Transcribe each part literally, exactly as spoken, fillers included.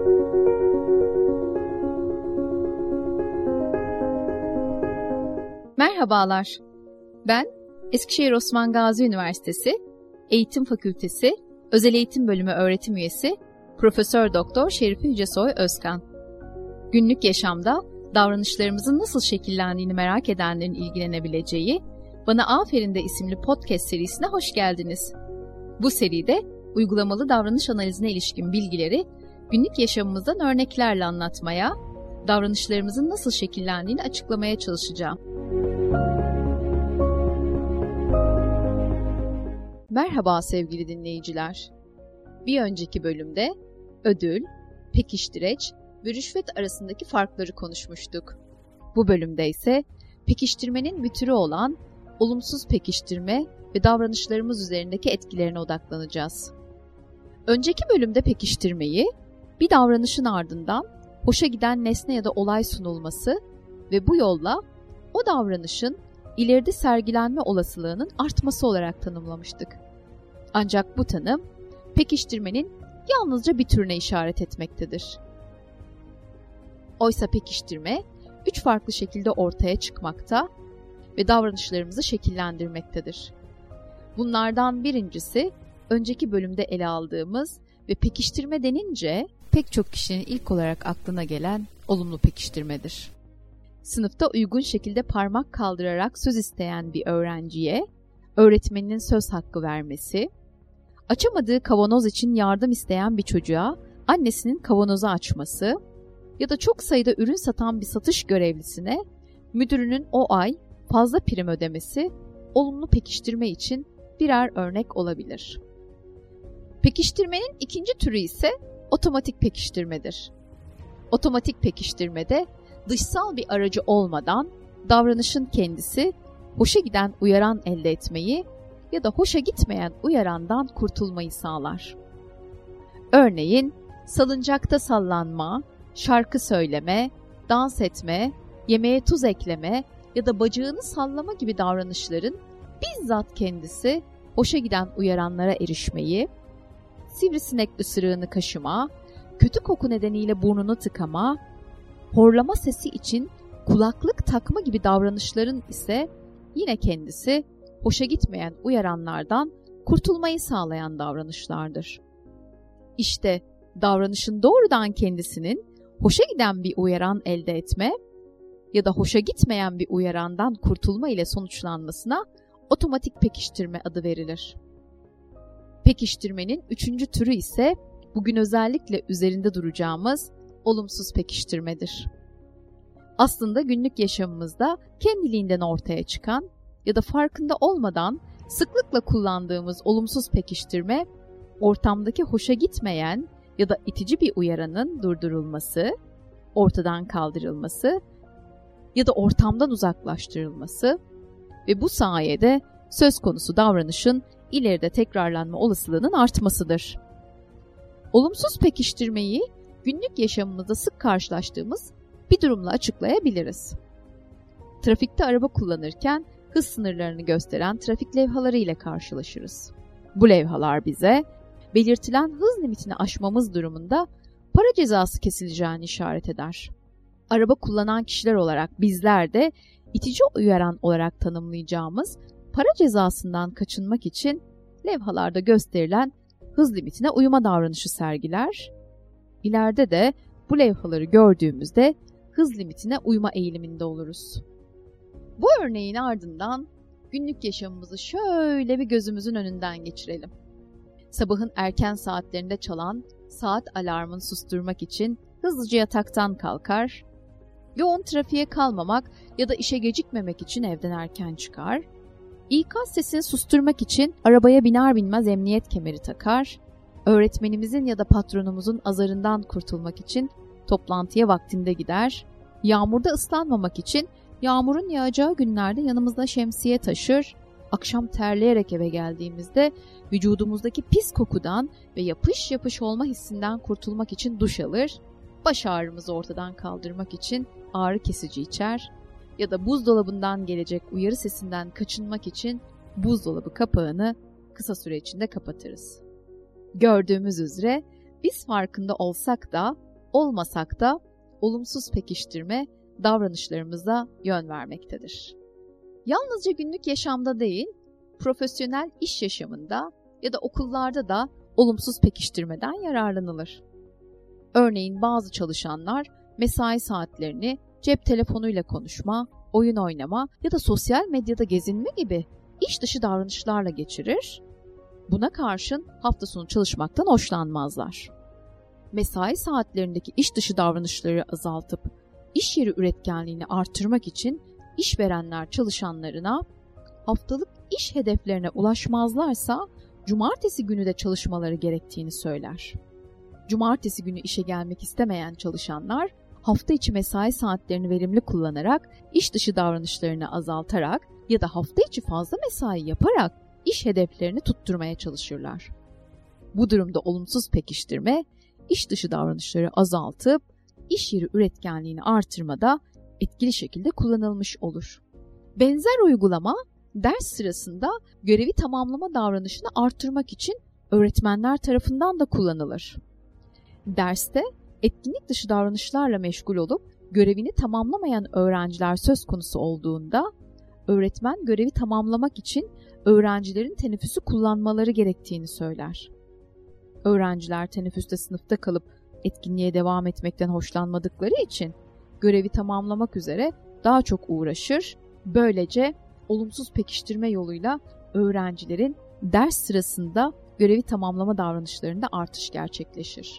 Merhabalar, ben Eskişehir Osman Gazi Üniversitesi Eğitim Fakültesi Özel Eğitim Bölümü öğretim üyesi Profesör Doktor Şerife Yücesoy Özkan. Günlük yaşamda davranışlarımızın nasıl şekillendiğini merak edenlerin ilgilenebileceği Bana Aferin de isimli podcast serisine hoş geldiniz. Bu seride uygulamalı davranış analizine ilişkin bilgileri günlük yaşamımızdan örneklerle anlatmaya, davranışlarımızın nasıl şekillendiğini açıklamaya çalışacağım. Merhaba sevgili dinleyiciler. Bir önceki bölümde ödül, pekiştireç ve rüşvet arasındaki farkları konuşmuştuk. Bu bölümde ise pekiştirmenin bir türü olan olumsuz pekiştirme ve davranışlarımız üzerindeki etkilerine odaklanacağız. Önceki bölümde pekiştirmeyi, bir davranışın ardından hoşa giden nesne ya da olay sunulması ve bu yolla o davranışın ileride sergilenme olasılığının artması olarak tanımlamıştık. Ancak bu tanım, pekiştirmenin yalnızca bir türüne işaret etmektedir. Oysa pekiştirme, üç farklı şekilde ortaya çıkmakta ve davranışlarımızı şekillendirmektedir. Bunlardan birincisi, önceki bölümde ele aldığımız ve pekiştirme denince pek çok kişinin ilk olarak aklına gelen olumlu pekiştirmedir. Sınıfta uygun şekilde parmak kaldırarak söz isteyen bir öğrenciye öğretmeninin söz hakkı vermesi, açamadığı kavanoz için yardım isteyen bir çocuğa annesinin kavanozu açması ya da çok sayıda ürün satan bir satış görevlisine müdürünün o ay fazla prim ödemesi olumlu pekiştirme için birer örnek olabilir. Pekiştirmenin ikinci türü ise otomatik pekiştirmedir. Otomatik pekiştirmede dışsal bir aracı olmadan davranışın kendisi hoşa giden uyaran elde etmeyi ya da hoşa gitmeyen uyarandan kurtulmayı sağlar. Örneğin salıncakta sallanma, şarkı söyleme, dans etme, yemeğe tuz ekleme ya da bacağını sallama gibi davranışların bizzat kendisi hoşa giden uyaranlara erişmeyi, sivrisinek ısırığını kaşıma, kötü koku nedeniyle burnunu tıkama, horlama sesi için kulaklık takma gibi davranışların ise yine kendisi hoşa gitmeyen uyaranlardan kurtulmayı sağlayan davranışlardır. İşte davranışın doğrudan kendisinin hoşa giden bir uyaran elde etme ya da hoşa gitmeyen bir uyarandan kurtulma ile sonuçlanmasına otomatik pekiştirme adı verilir. Pekiştirmenin üçüncü türü ise bugün özellikle üzerinde duracağımız olumsuz pekiştirmedir. Aslında günlük yaşamımızda kendiliğinden ortaya çıkan ya da farkında olmadan sıklıkla kullandığımız olumsuz pekiştirme, ortamdaki hoşa gitmeyen ya da itici bir uyaranın durdurulması, ortadan kaldırılması ya da ortamdan uzaklaştırılması ve bu sayede söz konusu davranışın ileride tekrarlanma olasılığının artmasıdır. Olumsuz pekiştirmeyi günlük yaşamımızda sık karşılaştığımız bir durumla açıklayabiliriz. Trafikte araba kullanırken hız sınırlarını gösteren trafik levhaları ile karşılaşırız. Bu levhalar bize belirtilen hız limitini aşmamız durumunda para cezası kesileceğini işaret eder. Araba kullanan kişiler olarak bizler de itici uyaran olarak tanımlayacağımız para cezasından kaçınmak için levhalarda gösterilen hız limitine uyma davranışı sergiler. İleride de bu levhaları gördüğümüzde hız limitine uyma eğiliminde oluruz. Bu örneğin ardından günlük yaşamımızı şöyle bir gözümüzün önünden geçirelim. Sabahın erken saatlerinde çalan saat alarmını susturmak için hızlıca yataktan kalkar, yoğun trafiğe kalmamak ya da işe gecikmemek için evden erken çıkar, İkaz sesini susturmak için arabaya biner binmez emniyet kemeri takar, öğretmenimizin ya da patronumuzun azarından kurtulmak için toplantıya vaktinde gider, yağmurda ıslanmamak için yağmurun yağacağı günlerde yanımızda şemsiye taşır, akşam terleyerek eve geldiğimizde vücudumuzdaki pis kokudan ve yapış yapış olma hissinden kurtulmak için duş alır, baş ağrımızı ortadan kaldırmak için ağrı kesici içer ya da buzdolabından gelecek uyarı sesinden kaçınmak için buzdolabı kapağını kısa süre içinde kapatırız. Gördüğümüz üzere biz farkında olsak da olmasak da olumsuz pekiştirme davranışlarımıza yön vermektedir. Yalnızca günlük yaşamda değil, profesyonel iş yaşamında ya da okullarda da olumsuz pekiştirmeden yararlanılır. Örneğin bazı çalışanlar mesai saatlerini cep telefonuyla konuşma, oyun oynama ya da sosyal medyada gezinme gibi iş dışı davranışlarla geçirir. Buna karşın hafta sonu çalışmaktan hoşlanmazlar. Mesai saatlerindeki iş dışı davranışları azaltıp iş yeri üretkenliğini artırmak için işverenler çalışanlarına haftalık iş hedeflerine ulaşmazlarsa cumartesi günü de çalışmaları gerektiğini söyler. Cumartesi günü işe gelmek istemeyen çalışanlar hafta içi mesai saatlerini verimli kullanarak iş dışı davranışlarını azaltarak ya da hafta içi fazla mesai yaparak iş hedeflerini tutturmaya çalışırlar. Bu durumda olumsuz pekiştirme iş dışı davranışları azaltıp iş yeri üretkenliğini artırmada etkili şekilde kullanılmış olur. Benzer uygulama ders sırasında görevi tamamlama davranışını artırmak için öğretmenler tarafından da kullanılır. Derste etkinlik dışı davranışlarla meşgul olup görevini tamamlamayan öğrenciler söz konusu olduğunda öğretmen görevi tamamlamak için öğrencilerin teneffüsü kullanmaları gerektiğini söyler. Öğrenciler teneffüste sınıfta kalıp etkinliğe devam etmekten hoşlanmadıkları için görevi tamamlamak üzere daha çok uğraşır. Böylece olumsuz pekiştirme yoluyla öğrencilerin ders sırasında görevi tamamlama davranışlarında artış gerçekleşir.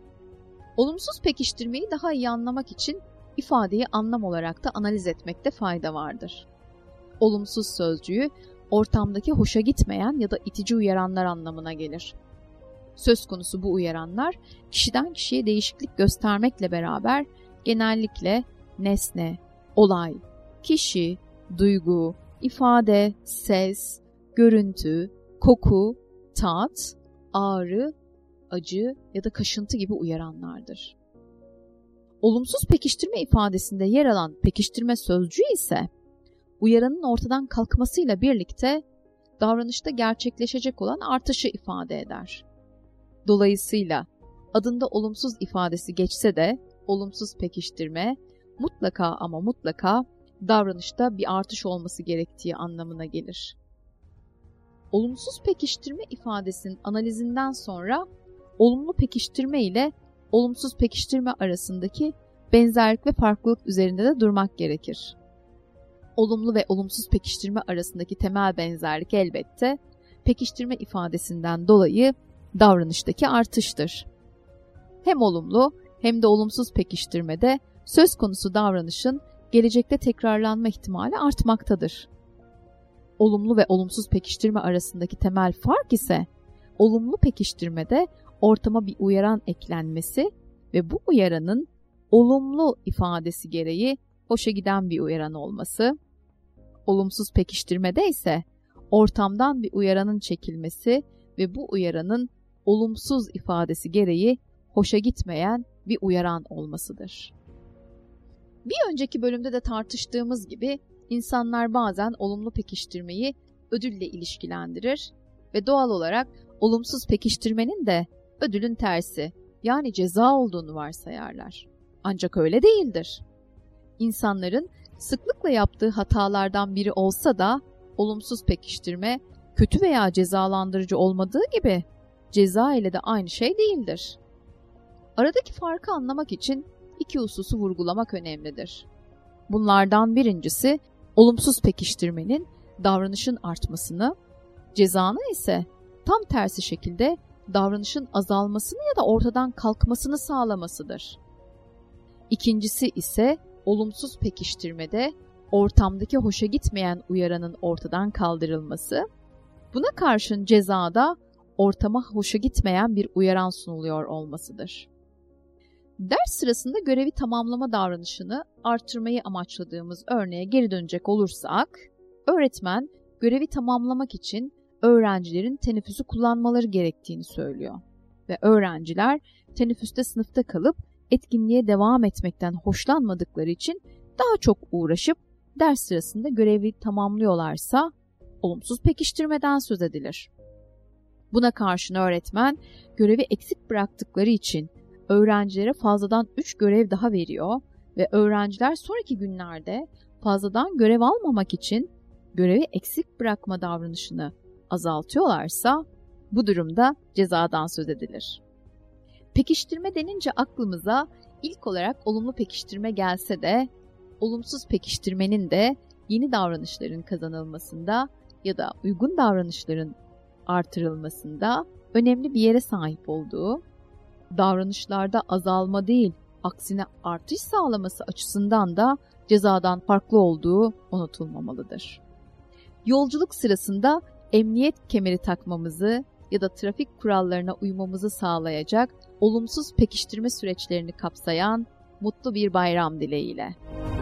Olumsuz pekiştirmeyi daha iyi anlamak için ifadeyi anlam olarak da analiz etmekte fayda vardır. Olumsuz sözcüğü ortamdaki hoşa gitmeyen ya da itici uyaranlar anlamına gelir. Söz konusu bu uyaranlar kişiden kişiye değişiklik göstermekle beraber genellikle nesne, olay, kişi, duygu, ifade, ses, görüntü, koku, tat, ağrı, acı ya da kaşıntı gibi uyaranlardır. Olumsuz pekiştirme ifadesinde yer alan pekiştirme sözcüğü ise uyaranın ortadan kalkmasıyla birlikte davranışta gerçekleşecek olan artışı ifade eder. Dolayısıyla adında olumsuz ifadesi geçse de olumsuz pekiştirme mutlaka ama mutlaka davranışta bir artış olması gerektiği anlamına gelir. Olumsuz pekiştirme ifadesinin analizinden sonra olumlu pekiştirme ile olumsuz pekiştirme arasındaki benzerlik ve farklılık üzerinde de durmak gerekir. Olumlu ve olumsuz pekiştirme arasındaki temel benzerlik elbette pekiştirme ifadesinden dolayı davranıştaki artıştır. Hem olumlu hem de olumsuz pekiştirmede söz konusu davranışın gelecekte tekrarlanma ihtimali artmaktadır. Olumlu ve olumsuz pekiştirme arasındaki temel fark ise olumlu pekiştirmede ortama bir uyaran eklenmesi ve bu uyaranın olumlu ifadesi gereği hoşa giden bir uyaran olması, olumsuz pekiştirmede ise ortamdan bir uyaranın çekilmesi ve bu uyaranın olumsuz ifadesi gereği hoşa gitmeyen bir uyaran olmasıdır. Bir önceki bölümde de tartıştığımız gibi insanlar bazen olumlu pekiştirmeyi ödülle ilişkilendirir ve doğal olarak olumsuz pekiştirmenin de ödülün tersi yani ceza olduğunu varsayarlar. Ancak öyle değildir. İnsanların sıklıkla yaptığı hatalardan biri olsa da olumsuz pekiştirme kötü veya cezalandırıcı olmadığı gibi ceza ile de aynı şey değildir. Aradaki farkı anlamak için iki hususu vurgulamak önemlidir. Bunlardan birincisi olumsuz pekiştirmenin davranışın artmasını, cezanın ise tam tersi şekilde davranışın azalmasını ya da ortadan kalkmasını sağlamasıdır. İkincisi ise olumsuz pekiştirmede ortamdaki hoşa gitmeyen uyaranın ortadan kaldırılması, buna karşın cezada ortama hoşa gitmeyen bir uyaran sunuluyor olmasıdır. Ders sırasında görevi tamamlama davranışını artırmayı amaçladığımız örneğe geri dönecek olursak, öğretmen görevi tamamlamak için öğrencilerin teneffüsü kullanmaları gerektiğini söylüyor. Ve öğrenciler teneffüste sınıfta kalıp etkinliğe devam etmekten hoşlanmadıkları için daha çok uğraşıp ders sırasında görevi tamamlıyorlarsa olumsuz pekiştirmeden söz edilir. Buna karşın öğretmen görevi eksik bıraktıkları için öğrencilere fazladan üç görev daha veriyor ve öğrenciler sonraki günlerde fazladan görev almamak için görevi eksik bırakma davranışını azaltıyorlarsa bu durumda cezadan söz edilir. Pekiştirme denince aklımıza ilk olarak olumlu pekiştirme gelse de olumsuz pekiştirmenin de yeni davranışların kazanılmasında ya da uygun davranışların artırılmasında önemli bir yere sahip olduğu, davranışlarda azalma değil, aksine artış sağlaması açısından da cezadan farklı olduğu unutulmamalıdır. Yolculuk sırasında emniyet kemeri takmamızı ya da trafik kurallarına uymamızı sağlayacak olumsuz pekiştirme süreçlerini kapsayan mutlu bir bayram dileğiyle.